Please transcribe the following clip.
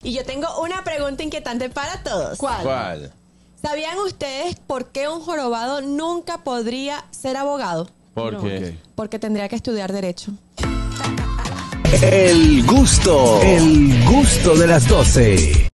Y yo tengo una pregunta inquietante para todos. ¿Cuál? ¿Sabían ustedes por qué un jorobado nunca podría ser abogado? ¿Por qué? Porque tendría que estudiar derecho. El gusto de las 12.